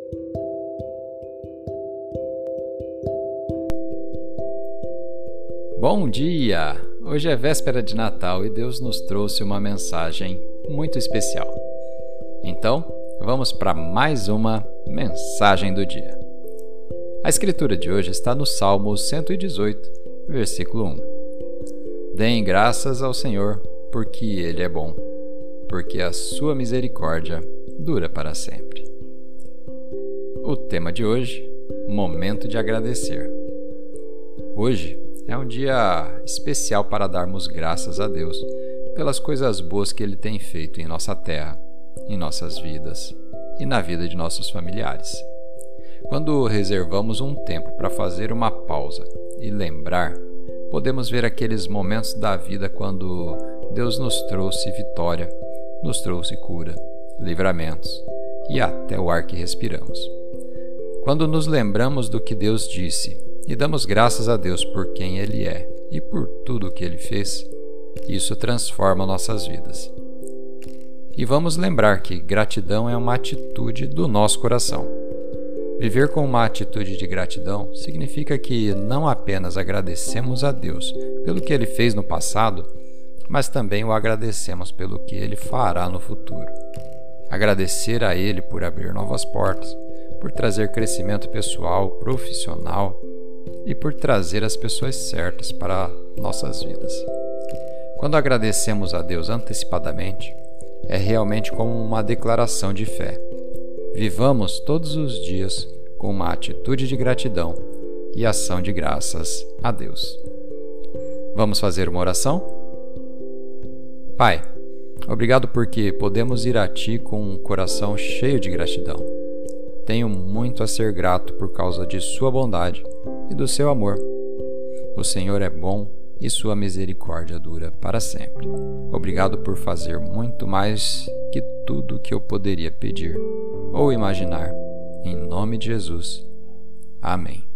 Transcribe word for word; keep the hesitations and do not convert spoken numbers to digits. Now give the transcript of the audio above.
Bom dia! Hoje é véspera de Natal e Deus nos trouxe uma mensagem muito especial. Então, vamos para mais uma mensagem do dia. A escritura de hoje está no Salmo cento e dezoito, versículo um. Deem graças ao Senhor, porque Ele é bom, porque a sua misericórdia dura para sempre. O tema de hoje, momento de agradecer. Hoje é um dia especial para darmos graças a Deus pelas coisas boas que Ele tem feito em nossa terra, em nossas vidas e na vida de nossos familiares. Quando reservamos um tempo para fazer uma pausa e lembrar, podemos ver aqueles momentos da vida quando Deus nos trouxe vitória, nos trouxe cura, livramentos e até o ar que respiramos. Quando nos lembramos do que Deus disse e damos graças a Deus por quem Ele é e por tudo o que Ele fez, isso transforma nossas vidas. E vamos lembrar que gratidão é uma atitude do nosso coração. Viver com uma atitude de gratidão significa que não apenas agradecemos a Deus pelo que Ele fez no passado, mas também o agradecemos pelo que Ele fará no futuro. Agradecer a Ele por abrir novas portas, por trazer crescimento pessoal, profissional, e por trazer as pessoas certas para nossas vidas. Quando agradecemos a Deus antecipadamente, é realmente como uma declaração de fé. Vivamos todos os dias com uma atitude de gratidão e ação de graças a Deus. Vamos fazer uma oração? Pai, obrigado porque podemos ir a Ti com um coração cheio de gratidão. Tenho muito a ser grato por causa de Sua bondade e do Seu amor. O Senhor é bom e Sua misericórdia dura para sempre. Obrigado por fazer muito mais que tudo que eu poderia pedir ou imaginar. Em nome de Jesus. Amém.